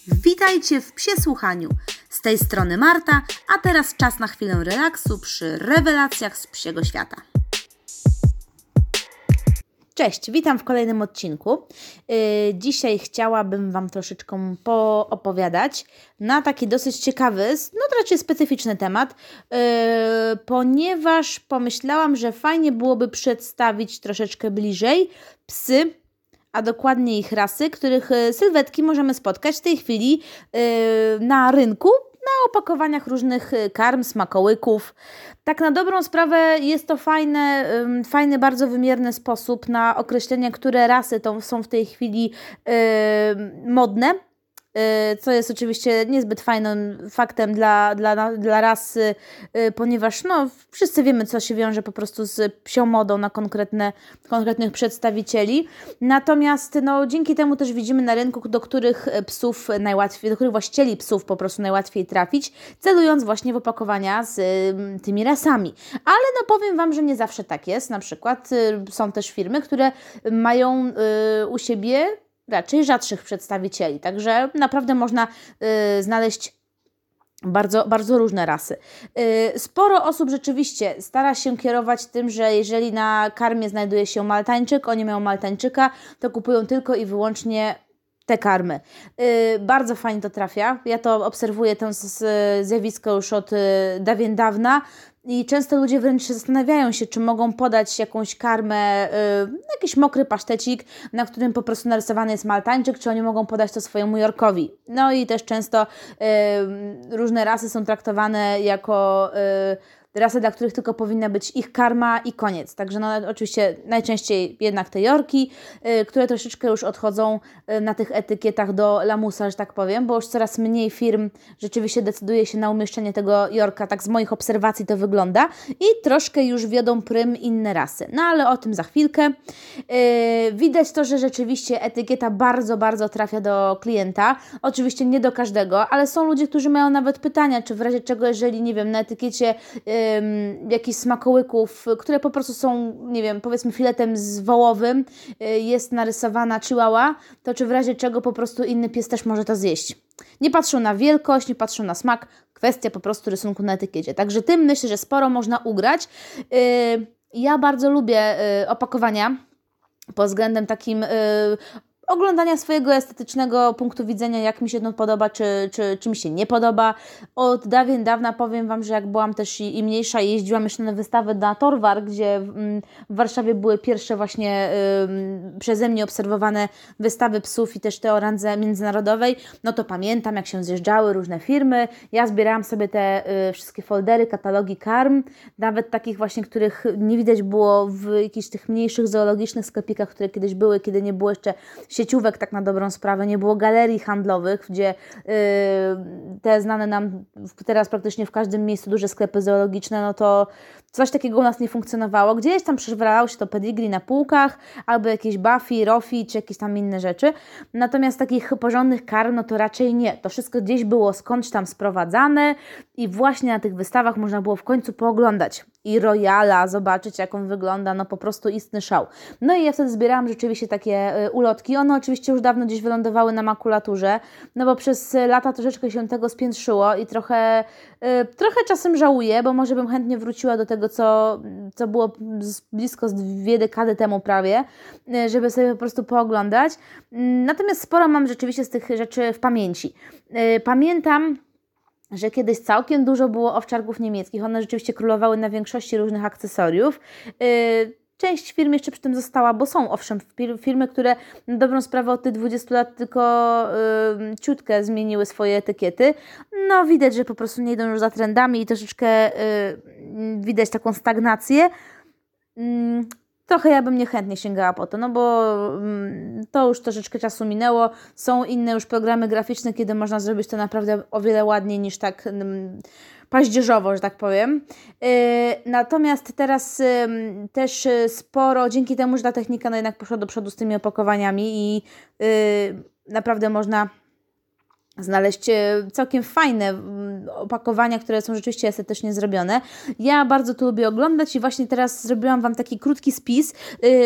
Witajcie w Psie Słuchaniu. Z tej strony Marta, a teraz czas na chwilę relaksu przy rewelacjach z psiego świata. Cześć, witam w kolejnym odcinku. Dzisiaj chciałabym Wam troszeczkę poopowiadać na taki dosyć ciekawy, to raczej specyficzny temat, ponieważ pomyślałam, że fajnie byłoby przedstawić troszeczkę bliżej psy, a dokładnie ich rasy, których sylwetki możemy spotkać w tej chwili na rynku, na opakowaniach różnych karm, smakołyków. Tak na dobrą sprawę jest to fajny, bardzo wymierny sposób na określenie, które rasy są w tej chwili modne, co jest oczywiście niezbyt fajnym faktem dla rasy, ponieważ wszyscy wiemy, co się wiąże po prostu z psią modą na konkretnych przedstawicieli. Natomiast dzięki temu też widzimy na rynku, do których właścicieli psów po prostu najłatwiej trafić, celując właśnie w opakowania z tymi rasami. Ale powiem Wam, że nie zawsze tak jest. Na przykład są też firmy, które mają u siebie raczej rzadszych przedstawicieli, także naprawdę można znaleźć bardzo, bardzo różne rasy. Sporo osób rzeczywiście stara się kierować tym, że jeżeli na karmie znajduje się maltańczyk, oni mają maltańczyka, to kupują tylko i wyłącznie te karmy. Bardzo fajnie to trafia. Ja to obserwuję, to zjawisko już od dawien dawna. I często ludzie wręcz zastanawiają się, czy mogą podać jakąś karmę, jakiś mokry pasztecik, na którym po prostu narysowany jest maltańczyk, czy oni mogą podać to swojemu Yorkowi. I też często różne rasy są traktowane jako rasy, dla których tylko powinna być ich karma i koniec. Także oczywiście najczęściej jednak te Yorki, które troszeczkę już odchodzą na tych etykietach do lamusa, że tak powiem, bo już coraz mniej firm rzeczywiście decyduje się na umieszczenie tego Yorka, tak z moich obserwacji to wygląda i troszkę już wiodą prym inne rasy. Ale o tym za chwilkę. Widać to, że rzeczywiście etykieta bardzo, bardzo trafia do klienta. Oczywiście nie do każdego, ale są ludzie, którzy mają nawet pytania, czy w razie czego, jeżeli, nie wiem, na etykiecie jakichś smakołyków, które po prostu są, nie wiem, powiedzmy filetem z wołowym, jest narysowana chihuahua, to czy w razie czego po prostu inny pies też może to zjeść. Nie patrzą na wielkość, nie patrzą na smak, kwestia po prostu rysunku na etykiecie. Także tym myślę, że sporo można ugrać. Ja bardzo lubię opakowania pod względem takim oglądania swojego estetycznego punktu widzenia, jak mi się to podoba, czy mi się nie podoba. Od dawien dawna powiem Wam, że jak byłam też i mniejsza, jeździłam jeszcze na wystawę na Torwar, gdzie w Warszawie były pierwsze właśnie przeze mnie obserwowane wystawy psów i też te o randze międzynarodowej, to pamiętam, jak się zjeżdżały różne firmy. Ja zbierałam sobie te wszystkie foldery, katalogi karm, nawet takich właśnie, których nie widać było w jakichś tych mniejszych zoologicznych sklepikach, które kiedyś były, kiedy nie było jeszcze sieciówek tak na dobrą sprawę, nie było galerii handlowych, gdzie te znane nam teraz praktycznie w każdym miejscu duże sklepy zoologiczne, to coś takiego u nas nie funkcjonowało. Gdzieś tam przywalało się to pedigree na półkach, albo jakieś Buffy, Rofi, czy jakieś tam inne rzeczy. Natomiast takich porządnych karm, to raczej nie. To wszystko gdzieś było skądś tam sprowadzane i właśnie na tych wystawach można było w końcu pooglądać i Royala, zobaczyć jak on wygląda, po prostu istny szał. I ja wtedy zbierałam rzeczywiście takie ulotki. One oczywiście już dawno gdzieś wylądowały na makulaturze, bo przez lata troszeczkę się tego spiętrzyło i trochę czasem żałuję, bo może bym chętnie wróciła do tego, co było blisko z 2 dekady temu prawie, żeby sobie po prostu pooglądać. Natomiast sporo mam rzeczywiście z tych rzeczy w pamięci. Pamiętam, że kiedyś całkiem dużo było owczarków niemieckich. One rzeczywiście królowały na większości różnych akcesoriów. Część firm jeszcze przy tym została, bo są owszem firmy, które na dobrą sprawę od tych 20 lat tylko ciutkę zmieniły swoje etykiety. Widać, że po prostu nie idą już za trendami i troszeczkę widać taką stagnację. Trochę ja bym niechętnie sięgała po to, bo to już troszeczkę czasu minęło. Są inne już programy graficzne, kiedy można zrobić to naprawdę o wiele ładniej niż tak paździerzowo, że tak powiem. Natomiast teraz też sporo, dzięki temu, że ta technika jednak poszła do przodu z tymi opakowaniami i naprawdę można znaleźć całkiem fajne opakowania, które są rzeczywiście estetycznie zrobione. Ja bardzo to lubię oglądać i właśnie teraz zrobiłam Wam taki krótki spis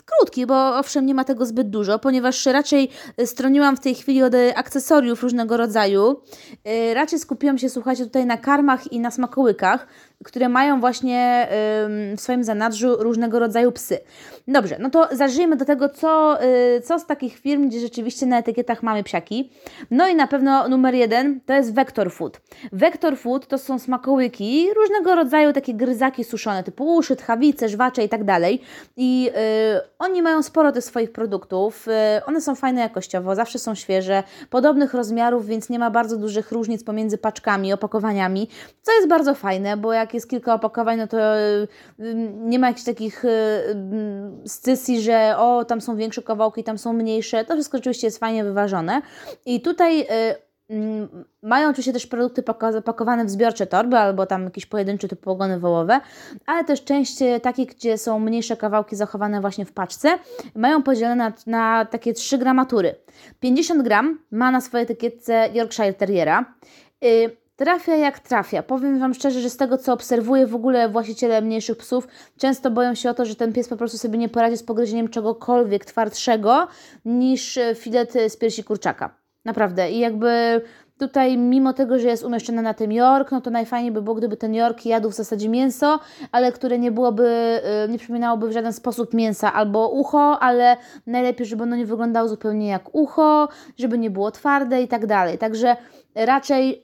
krótki, bo owszem nie ma tego zbyt dużo, ponieważ raczej stroniłam w tej chwili od akcesoriów różnego rodzaju. Raczej skupiłam się, słuchajcie, tutaj na karmach i na smakołykach, które mają właśnie w swoim zanadrzu różnego rodzaju psy. Dobrze, no to zacznijmy do tego, co z takich firm, gdzie rzeczywiście na etykietach mamy psiaki. No i na pewno numer 1 to jest Vector Food. Vector Food to są smakołyki, różnego rodzaju takie gryzaki suszone, typu uszy, tchawice, żwacze i tak dalej. I oni mają sporo tych swoich produktów. One są fajne jakościowo, zawsze są świeże, podobnych rozmiarów, więc nie ma bardzo dużych różnic pomiędzy paczkami, opakowaniami, co jest bardzo fajne, bo jak jest kilka opakowań, no to nie ma jakichś takich scysji, że tam są większe kawałki, tam są mniejsze. To wszystko oczywiście jest fajnie wyważone. I tutaj mają oczywiście też produkty pakowane w zbiorcze torby albo tam jakieś pojedyncze typu ogony wołowe, ale też część takich, gdzie są mniejsze kawałki zachowane właśnie w paczce, mają podzielone na takie 3 gramatury. 50 gram ma na swojej etykietce Yorkshire Terriera. Trafia jak trafia. Powiem Wam szczerze, że z tego co obserwuję, w ogóle właściciele mniejszych psów często boją się o to, że ten pies po prostu sobie nie poradzi z pogryzieniem czegokolwiek twardszego niż filet z piersi kurczaka. Naprawdę. I jakby tutaj mimo tego, że jest umieszczony na tym York, no to najfajniej by było, gdyby ten York jadł w zasadzie mięso, ale które nie przypominałoby w żaden sposób mięsa, albo ucho, ale najlepiej, żeby ono nie wyglądało zupełnie jak ucho, żeby nie było twarde i tak dalej. Także raczej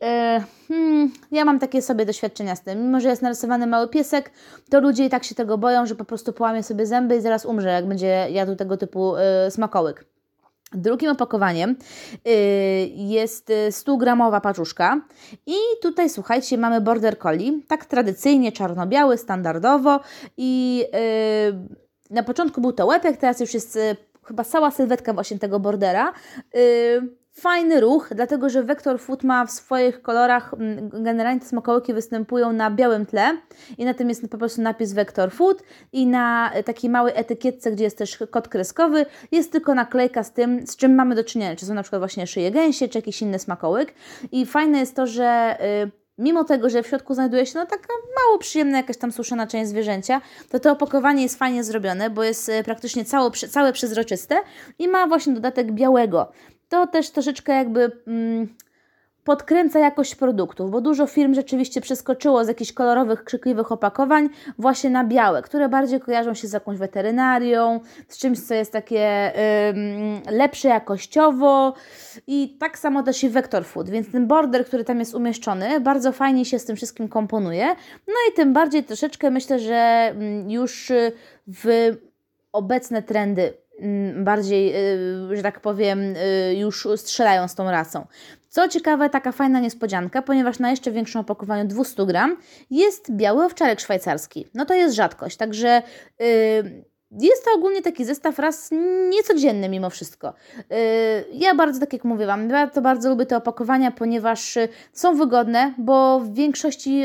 ja mam takie sobie doświadczenia z tym. Mimo że jest narysowany mały piesek, to ludzie i tak się tego boją, że po prostu połamie sobie zęby i zaraz umrze, jak będzie jadł tego typu smakołyk. Drugim opakowaniem jest 100-gramowa paczuszka i tutaj słuchajcie, mamy Border Collie, tak tradycyjnie czarno-biały, standardowo i na początku był to łepek, teraz już jest chyba cała sylwetka właśnie tego bordera. Fajny ruch, dlatego że Vector Food ma w swoich kolorach, generalnie te smakołyki występują na białym tle i na tym jest po prostu napis Vector Food i na takiej małej etykietce, gdzie jest też kod kreskowy, jest tylko naklejka z tym, z czym mamy do czynienia, czy są na przykład właśnie szyje gęsie, czy jakiś inny smakołyk i fajne jest to, że mimo tego, że w środku znajduje się taka mało przyjemna jakaś tam suszona część zwierzęcia, to opakowanie jest fajnie zrobione, bo jest praktycznie całe przezroczyste i ma właśnie dodatek białego. To też troszeczkę jakby podkręca jakość produktów, bo dużo firm rzeczywiście przeskoczyło z jakichś kolorowych, krzykliwych opakowań właśnie na białe, które bardziej kojarzą się z jakąś weterynarią, z czymś, co jest takie lepsze jakościowo i tak samo też i Vector Food, więc ten border, który tam jest umieszczony, bardzo fajnie się z tym wszystkim komponuje, no i tym bardziej troszeczkę myślę, że już w obecne trendy bardziej, że tak powiem, już strzelają z tą rasą. Co ciekawe, taka fajna niespodzianka, ponieważ na jeszcze większym opakowaniu 200 gram jest biały owczarek szwajcarski. No to jest rzadkość, także jest to ogólnie taki zestaw ras niecodzienny mimo wszystko. Ja bardzo, tak jak mówię Wam, bardzo lubię te opakowania, ponieważ są wygodne, bo w większości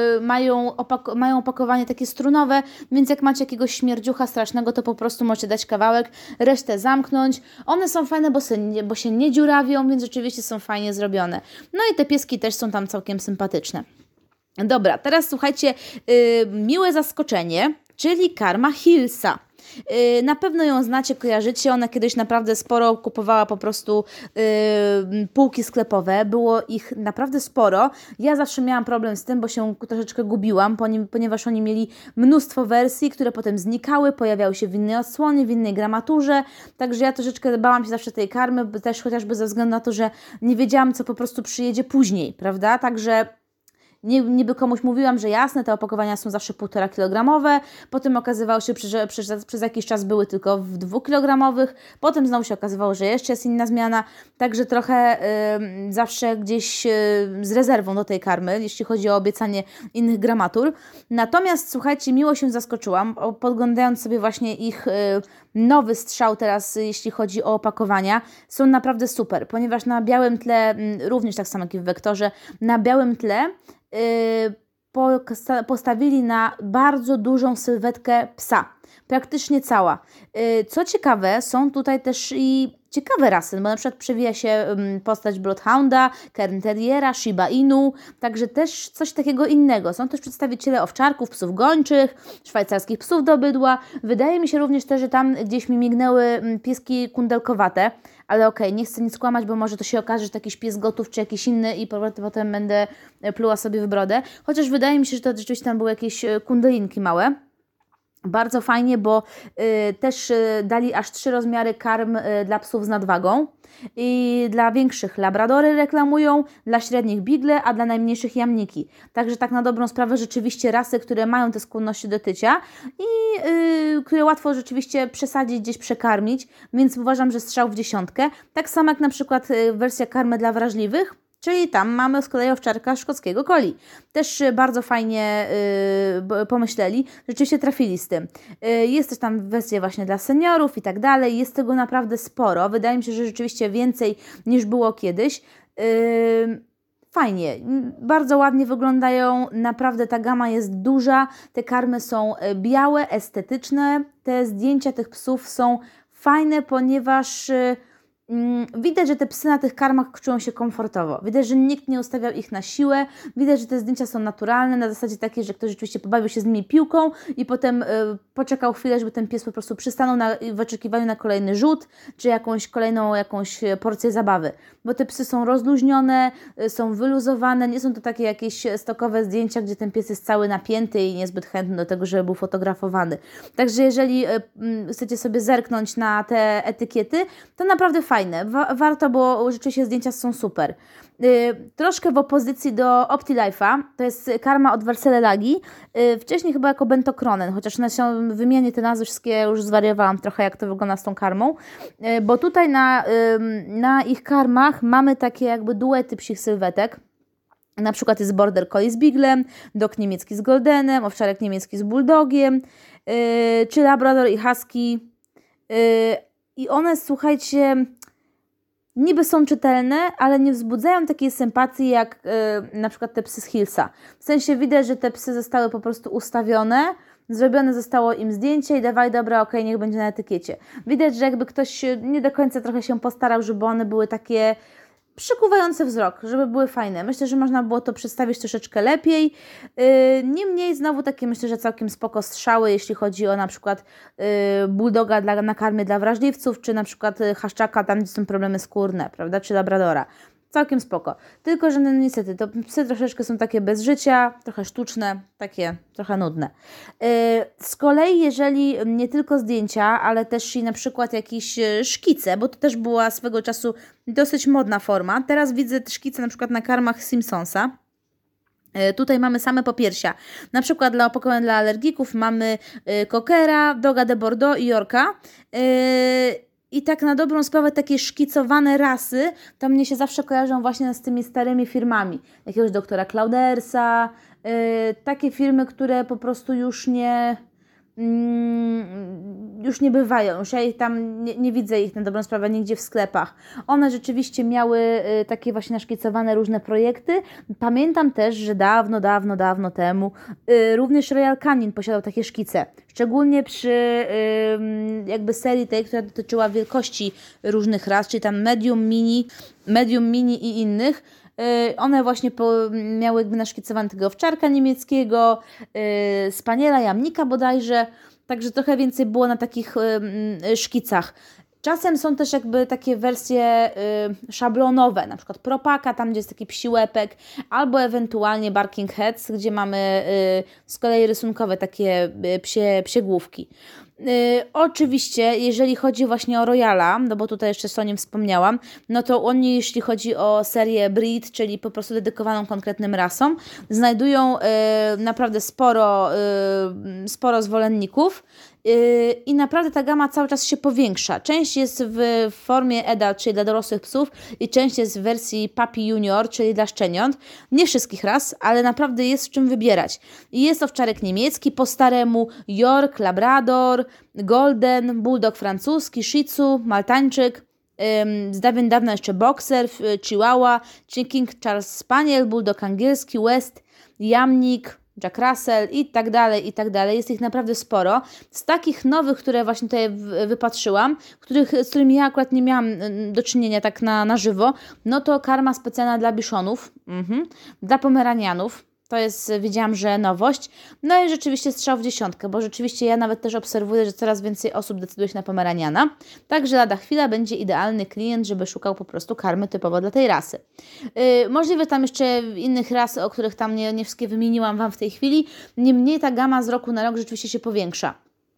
mają opakowanie takie strunowe, więc jak macie jakiegoś śmierdziucha strasznego, to po prostu możecie dać kawałek, resztę zamknąć. One są fajne, bo się nie dziurawią, więc rzeczywiście są fajnie zrobione. No i te pieski też są tam całkiem sympatyczne. Dobra, teraz słuchajcie, miłe zaskoczenie, czyli karma Hillsa. Na pewno ją znacie, kojarzycie, ona kiedyś naprawdę sporo kupowała po prostu półki sklepowe, było ich naprawdę sporo. Ja zawsze miałam problem z tym, bo się troszeczkę gubiłam, ponieważ oni mieli mnóstwo wersji, które potem znikały, pojawiały się w innej odsłonie, w innej gramaturze, także ja troszeczkę bałam się zawsze tej karmy, też chociażby ze względu na to, że nie wiedziałam, co po prostu przyjedzie później, prawda, także niby komuś mówiłam, że jasne, te opakowania są zawsze 1,5 kilogramowe, potem okazywało się, że przez jakiś czas były tylko w 2-kilogramowych, potem znowu się okazywało, że jeszcze jest inna zmiana, także trochę zawsze gdzieś z rezerwą do tej karmy, jeśli chodzi o obiecanie innych gramatur. Natomiast słuchajcie, miło się zaskoczyłam, podglądając sobie właśnie ich nowy strzał teraz, jeśli chodzi o opakowania, są naprawdę super, ponieważ na białym tle, również tak samo jak i w Wektorze, na białym tle postawili na bardzo dużą sylwetkę psa. praktycznie cała. Co ciekawe, są tutaj też i ciekawe rasy, bo na przykład przewija się postać Bloodhounda, Cairn Terriera, Shiba Inu, także też coś takiego innego. Są też przedstawiciele owczarków, psów gończych, szwajcarskich psów do bydła. Wydaje mi się również też, że tam gdzieś mi mignęły pieski kundelkowate, ale okej, nie chcę nic kłamać, bo może to się okaże, że to jakiś pies gotów czy jakiś inny i potem będę pluła sobie w brodę. Chociaż wydaje mi się, że to rzeczywiście tam były jakieś kundelinki małe. Bardzo fajnie, bo też dali aż 3 rozmiary karm dla psów z nadwagą i dla większych labradory reklamują, dla średnich bigle, a dla najmniejszych jamniki. Także tak na dobrą sprawę rzeczywiście rasy, które mają te skłonności do tycia i które łatwo rzeczywiście przesadzić, gdzieś przekarmić, więc uważam, że strzał w 10. Tak samo jak na przykład wersja karmy dla wrażliwych, czyli tam mamy z kolei owczarka szkockiego Collie. Też bardzo fajnie pomyśleli, rzeczywiście trafili z tym. Jest też tam wersja właśnie dla seniorów i tak dalej, jest tego naprawdę sporo. Wydaje mi się, że rzeczywiście więcej niż było kiedyś. Fajnie, bardzo ładnie wyglądają, naprawdę ta gama jest duża, te karmy są białe, estetyczne, te zdjęcia tych psów są fajne, ponieważ widać, że te psy na tych karmach czują się komfortowo. Widać, że nikt nie ustawiał ich na siłę. Widać, że te zdjęcia są naturalne, na zasadzie takiej, że ktoś rzeczywiście pobawił się z nimi piłką i potem poczekał chwilę, żeby ten pies po prostu przystanął w oczekiwaniu na kolejny rzut, czy jakąś porcję zabawy. Bo te psy są rozluźnione, są wyluzowane, nie są to takie jakieś stokowe zdjęcia, gdzie ten pies jest cały napięty i niezbyt chętny do tego, żeby był fotografowany. Także jeżeli chcecie sobie zerknąć na te etykiety, to naprawdę fajne. Warto, bo rzeczywiście zdjęcia są super. Troszkę w opozycji do OptiLife'a, to jest karma od Verselle Lagi, wcześniej chyba jako Bentokronen, chociaż wymienię te nazwy wszystkie, już zwariowałam trochę, jak to wygląda z tą karmą, bo tutaj na ich karmach mamy takie jakby duety psich sylwetek. Na przykład jest Border Collie z Biglem, Dog niemiecki z Goldenem, owczarek niemiecki z Bulldogiem, czy Labrador i Husky. I one, słuchajcie, niby są czytelne, ale nie wzbudzają takiej sympatii jak na przykład te psy z Hillsa. W sensie widać, że te psy zostały po prostu ustawione, zrobione zostało im zdjęcie i dawaj, dobra, okej, niech będzie na etykiecie. Widać, że jakby ktoś nie do końca trochę się postarał, żeby one były takie przykuwające wzrok, żeby były fajne. Myślę, że można było to przedstawić troszeczkę lepiej. Niemniej znowu takie myślę, że całkiem spoko strzały, jeśli chodzi o na przykład bulldoga na karmie dla wrażliwców, czy na przykład haszczaka tam, gdzie są problemy skórne, prawda, czy labradora. Całkiem spoko. Tylko, że no niestety, to psy troszeczkę są takie bez życia, trochę sztuczne, takie trochę nudne. Z kolei, jeżeli nie tylko zdjęcia, ale też i na przykład jakieś szkice, bo to też była swego czasu dosyć modna forma. Teraz widzę szkice na przykład na karmach Simpsonsa. Tutaj mamy same popiersia. Na przykład dla opakowań dla alergików mamy Cockera, Doga de Bordeaux i Yorka. I tak na dobrą sprawę takie szkicowane rasy, to mnie się zawsze kojarzą właśnie z tymi starymi firmami. Jakiegoś doktora Claudersa, takie firmy, które po prostu już nie bywają. Już ja ich tam nie widzę ich na dobrą sprawę nigdzie w sklepach. One rzeczywiście miały takie właśnie naszkicowane różne projekty. Pamiętam też, że dawno temu również Royal Canin posiadał takie szkice. Szczególnie przy jakby serii tej, która dotyczyła wielkości różnych ras, czyli tam medium, mini i innych. One właśnie miały jakby naszkicowane tego owczarka niemieckiego, spaniela, jamnika bodajże, także trochę więcej było na takich szkicach. Czasem są też jakby takie wersje szablonowe, na przykład propaka, tam gdzie jest taki psi łepek, albo ewentualnie barking heads, gdzie mamy z kolei rysunkowe takie psie główki. Oczywiście, jeżeli chodzi właśnie o Royala, no bo tutaj jeszcze o nim wspomniałam, no to oni, jeśli chodzi o serię Breed, czyli po prostu dedykowaną konkretnym rasom, znajdują naprawdę sporo zwolenników. I naprawdę ta gama cały czas się powiększa. Część jest w formie adult, czyli dla dorosłych psów, i część jest w wersji puppy junior, czyli dla szczeniąt. Nie wszystkich ras, ale naprawdę jest w czym wybierać. I jest owczarek niemiecki, po staremu York, Labrador, Golden, Bulldog francuski, Shih Tzu, Maltańczyk, z dawna jeszcze Boxer, Chihuahua, King Charles Spaniel, Bulldog angielski, West, Jamnik, Jack Russell i tak dalej, i tak dalej. Jest ich naprawdę sporo. Z takich nowych, które właśnie tutaj wypatrzyłam, z którymi ja akurat nie miałam do czynienia tak na żywo, no to karma specjalna dla biszonów, dla pomeranianów. To jest, wiedziałam, że nowość. No i rzeczywiście strzał w dziesiątkę, bo rzeczywiście ja nawet też obserwuję, że coraz więcej osób decyduje się na pomeraniana. Także lada chwila będzie idealny klient, żeby szukał po prostu karmy typowo dla tej rasy. Możliwe tam jeszcze innych ras, o których tam nie wszystkie wymieniłam Wam w tej chwili. Niemniej ta gama z roku na rok rzeczywiście się powiększa.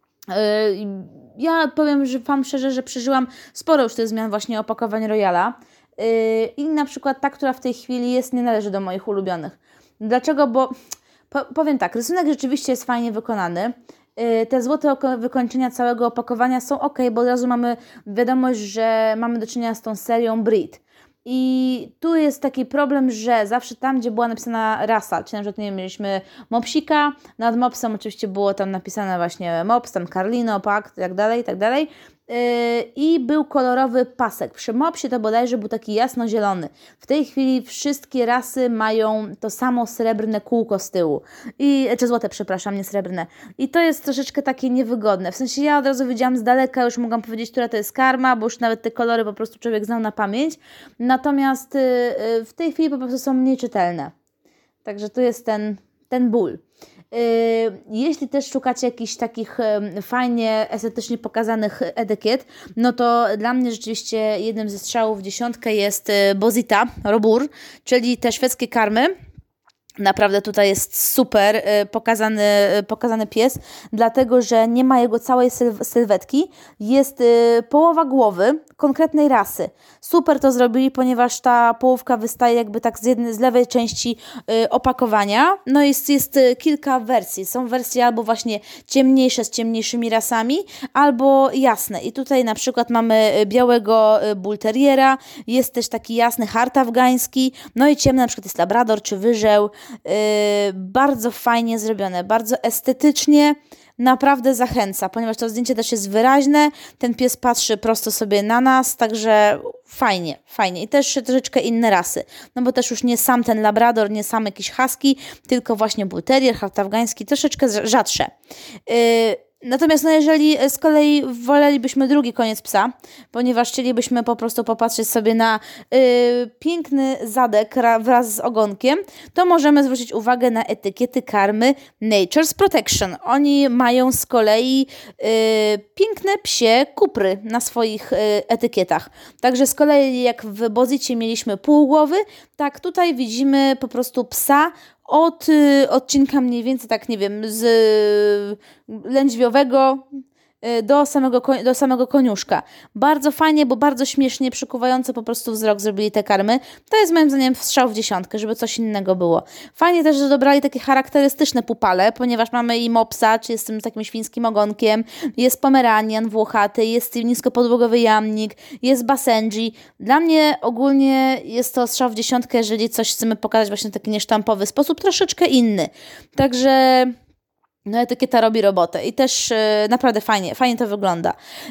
Ja powiem że Wam szczerze, że przeżyłam sporo już tych zmian właśnie opakowań Royala. I na przykład ta, która w tej chwili jest, nie należy do moich ulubionych. Dlaczego? Bo powiem tak, rysunek rzeczywiście jest fajnie wykonany. Te złote wykończenia całego opakowania są ok, bo od razu mamy wiadomość, że mamy do czynienia z tą serią Breed. I tu jest taki problem, że zawsze tam, gdzie była napisana rasa, czyli na przykład nie mieliśmy mopsika, nad mopsem oczywiście było tam napisane właśnie mops, tam Carlino, Pack, tak dalej. I był kolorowy pasek. Przy mopsie to bodajże był taki jasno-zielony. W tej chwili wszystkie rasy mają to samo srebrne kółko z tyłu. Czy złote, przepraszam, nie srebrne. I to jest troszeczkę takie niewygodne. W sensie ja od razu widziałam z daleka, już mogłam powiedzieć, która to jest karma, bo już nawet te kolory po prostu człowiek znał na pamięć. Natomiast w tej chwili po prostu są mniej czytelne. Także tu jest ten ból. Jeśli też szukacie jakichś takich fajnie, estetycznie pokazanych etykiet, no to dla mnie rzeczywiście jednym ze strzałów w dziesiątkę jest Bozita Robur, czyli te szwedzkie karmy. Naprawdę tutaj jest super pokazany pies, dlatego że nie ma jego całej sylwetki. Jest połowa głowy konkretnej rasy. Super to zrobili, ponieważ ta połówka wystaje jakby tak z lewej części opakowania. No jest kilka wersji. Są wersje albo właśnie ciemniejsze z ciemniejszymi rasami, albo jasne. I tutaj na przykład mamy białego bull terriera, jest też taki jasny hart afgański, no i ciemny na przykład jest labrador czy wyżeł. Bardzo fajnie zrobione, bardzo estetycznie, naprawdę zachęca, ponieważ to zdjęcie też jest wyraźne, ten pies patrzy prosto sobie na nas, także fajnie. I też troszeczkę inne rasy, no bo też już nie sam ten labrador, nie sam jakiś husky, tylko właśnie bull terrier, hart afgański, troszeczkę rzadsze. Natomiast jeżeli z kolei wolelibyśmy drugi koniec psa, ponieważ chcielibyśmy po prostu popatrzeć sobie na piękny zadek wraz z ogonkiem, to możemy zwrócić uwagę na etykiety karmy Nature's Protection. Oni mają z kolei piękne psie kupry na swoich etykietach. Także z kolei jak w Bozicie mieliśmy pół głowy, tak tutaj widzimy po prostu psa od odcinka mniej więcej, tak nie wiem, z lędźwiowego do samego koniuszka. Bardzo fajnie, bo bardzo śmiesznie, przykuwająco po prostu wzrok zrobili te karmy. To jest moim zdaniem strzał w dziesiątkę, żeby coś innego było. Fajnie też, że dobrali takie charakterystyczne pupale, ponieważ mamy i mopsa, czy jest z tym takim świńskim ogonkiem, jest pomeranian włochaty, jest niskopodłogowy jamnik, jest basenji. Dla mnie ogólnie jest to strzał w dziesiątkę, jeżeli coś chcemy pokazać właśnie w taki niesztampowy sposób, troszeczkę inny. Także no etykieta robi robotę i też naprawdę fajnie to wygląda.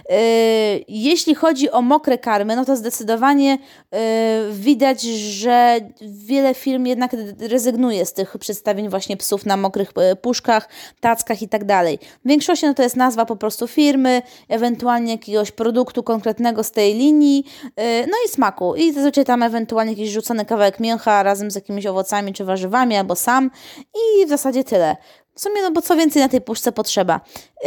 Jeśli chodzi o mokre karmy, no to zdecydowanie widać, że wiele firm jednak rezygnuje z tych przedstawień właśnie psów na mokrych puszkach, tackach i tak dalej. W większości no to jest nazwa po prostu firmy, ewentualnie jakiegoś produktu konkretnego z tej linii, no i smaku. I zazwyczaj tam ewentualnie jakiś rzucony kawałek mięcha razem z jakimiś owocami czy warzywami albo sam i w zasadzie tyle. W sumie, no bo co więcej na tej puszce potrzeba.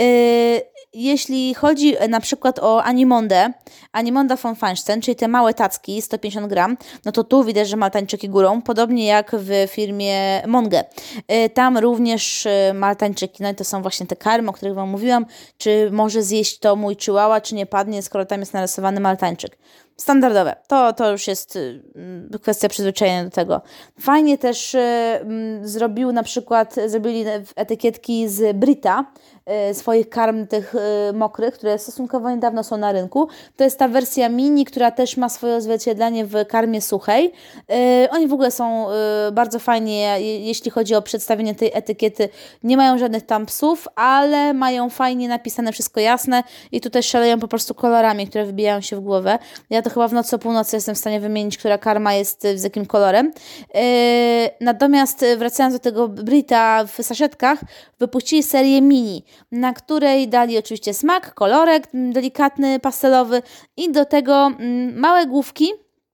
Jeśli chodzi na przykład o Animonda von Feinstein, czyli te małe tacki, 150 gram, no to tu widać, że maltańczyki górą, podobnie jak w firmie Monge. Tam również maltańczyki, no i to są właśnie te karmy, o których Wam mówiłam, czy może zjeść to mój chihuahua, czy nie padnie, skoro tam jest narysowany maltańczyk. Standardowe. To już jest kwestia przyzwyczajenia do tego. Fajnie też zrobili etykietki z Brita, swoich karm tych mokrych, które stosunkowo niedawno są na rynku. To jest ta wersja mini, która też ma swoje odzwierciedlenie w karmie suchej. Oni w ogóle są bardzo fajnie, jeśli chodzi o przedstawienie tej etykiety. Nie mają żadnych tam psów, ale mają fajnie napisane, wszystko jasne i tutaj szaleją po prostu kolorami, które wybijają się w głowę. Ja to chyba w nocy o północy jestem w stanie wymienić, która karma jest z jakim kolorem. Natomiast wracając do tego Brita w saszetkach, wypuścili serię mini, na której dali oczywiście smak, kolorek delikatny, pastelowy i do tego małe główki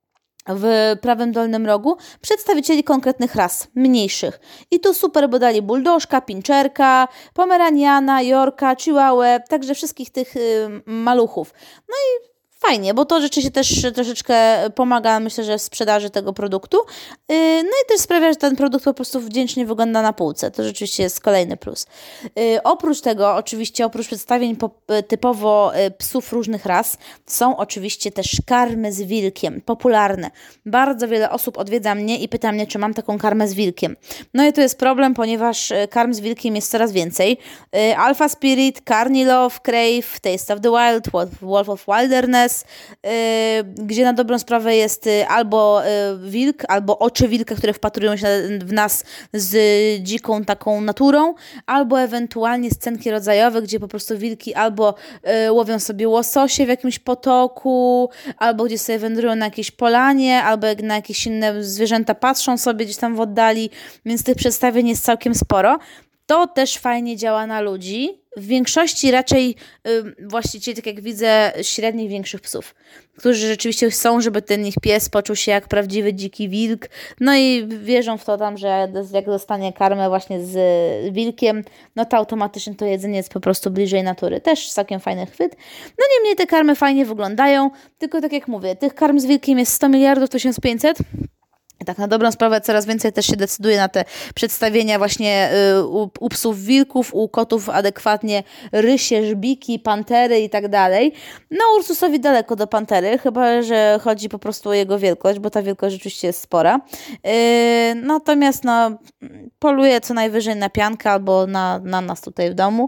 w prawym dolnym rogu przedstawicieli konkretnych ras, mniejszych. I tu super, bo dali buldożka, pinczerka, pomeraniana, jorka, chihuahua, także wszystkich tych maluchów. No i fajnie, bo to rzeczywiście też troszeczkę pomaga, myślę, że w sprzedaży tego produktu. No i też sprawia, że ten produkt po prostu wdzięcznie wygląda na półce. To rzeczywiście jest kolejny plus. Oprócz tego, oczywiście, oprócz przedstawień typowo psów różnych ras, są oczywiście też karmy z wilkiem, popularne. Bardzo wiele osób odwiedza mnie i pyta mnie, czy mam taką karmę z wilkiem. No i to jest problem, ponieważ karm z wilkiem jest coraz więcej. Alpha Spirit, Carney Love, Crave, Taste of the Wild, Wolf of Wilderness, gdzie na dobrą sprawę jest albo wilk, albo oczy wilka, które wpatrują się w nas z dziką taką naturą, albo ewentualnie scenki rodzajowe, gdzie po prostu wilki albo łowią sobie łososie w jakimś potoku, albo gdzieś sobie wędrują na jakiejś polanie, albo na jakieś inne zwierzęta patrzą sobie gdzieś tam w oddali, więc tych przedstawień jest całkiem sporo. To też fajnie działa na ludzi. W większości raczej właścicieli, tak jak widzę, średnich, większych psów, którzy rzeczywiście chcą, żeby ten ich pies poczuł się jak prawdziwy dziki wilk. No i wierzą w to tam, że jak dostanie karmę właśnie z wilkiem, no to automatycznie to jedzenie jest po prostu bliżej natury. Też całkiem fajny chwyt. No niemniej te karmy fajnie wyglądają, tylko tak jak mówię, tych karm z wilkiem jest 100 miliardów 1500. Tak na dobrą sprawę coraz więcej też się decyduje na te przedstawienia właśnie u psów wilków, u kotów adekwatnie rysie, żbiki, pantery i tak dalej. No Ursusowi daleko do pantery, chyba że chodzi po prostu o jego wielkość, bo ta wielkość rzeczywiście jest spora. Natomiast poluje co najwyżej na piankę albo na nas tutaj w domu.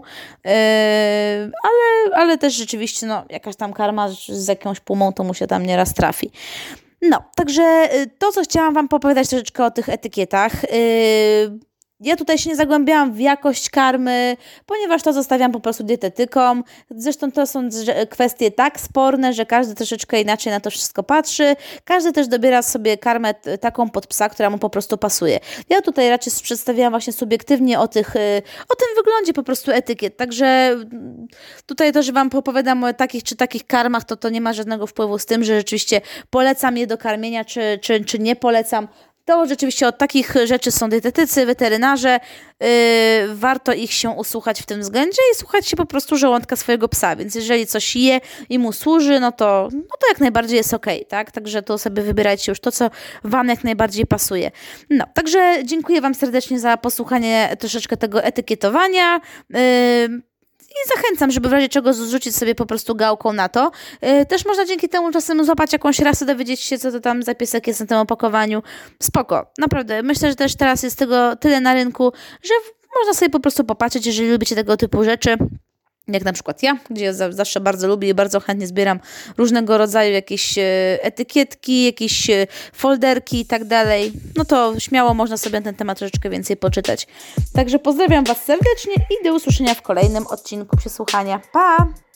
Ale też rzeczywiście jakaś tam karma z jakąś pumą to mu się tam nieraz trafi. No, także to, co chciałam Wam opowiadać troszeczkę o tych etykietach. Ja tutaj się nie zagłębiałam w jakość karmy, ponieważ to zostawiam po prostu dietetykom. Zresztą to są kwestie tak sporne, że każdy troszeczkę inaczej na to wszystko patrzy. Każdy też dobiera sobie karmę taką pod psa, która mu po prostu pasuje. Ja tutaj raczej przedstawiałam właśnie subiektywnie o tym wyglądzie po prostu etykiet. Także tutaj to, że Wam opowiadam o takich czy takich karmach, to nie ma żadnego wpływu z tym, że rzeczywiście polecam je do karmienia, czy nie polecam. To rzeczywiście od takich rzeczy są dietetycy, weterynarze. Warto ich się usłuchać w tym względzie i słuchać się po prostu żołądka swojego psa. Więc jeżeli coś je i mu służy, no to jak najbardziej jest okej, tak? Także to sobie wybierajcie już to, co Wam jak najbardziej pasuje. No, także dziękuję Wam serdecznie za posłuchanie troszeczkę tego etykietowania. I zachęcam, żeby w razie czego zrzucić sobie po prostu gałką na to. Też można dzięki temu czasem złapać jakąś rasę, dowiedzieć się, co to tam za piesek jest na tym opakowaniu. Spoko, naprawdę. Myślę, że też teraz jest tego tyle na rynku, że można sobie po prostu popatrzeć, jeżeli lubicie tego typu rzeczy. Jak na przykład ja, gdzie ja zawsze bardzo lubię i bardzo chętnie zbieram różnego rodzaju jakieś etykietki, jakieś folderki i tak dalej, no to śmiało można sobie na ten temat troszeczkę więcej poczytać. Także pozdrawiam Was serdecznie i do usłyszenia w kolejnym odcinku Przesłuchania. Pa!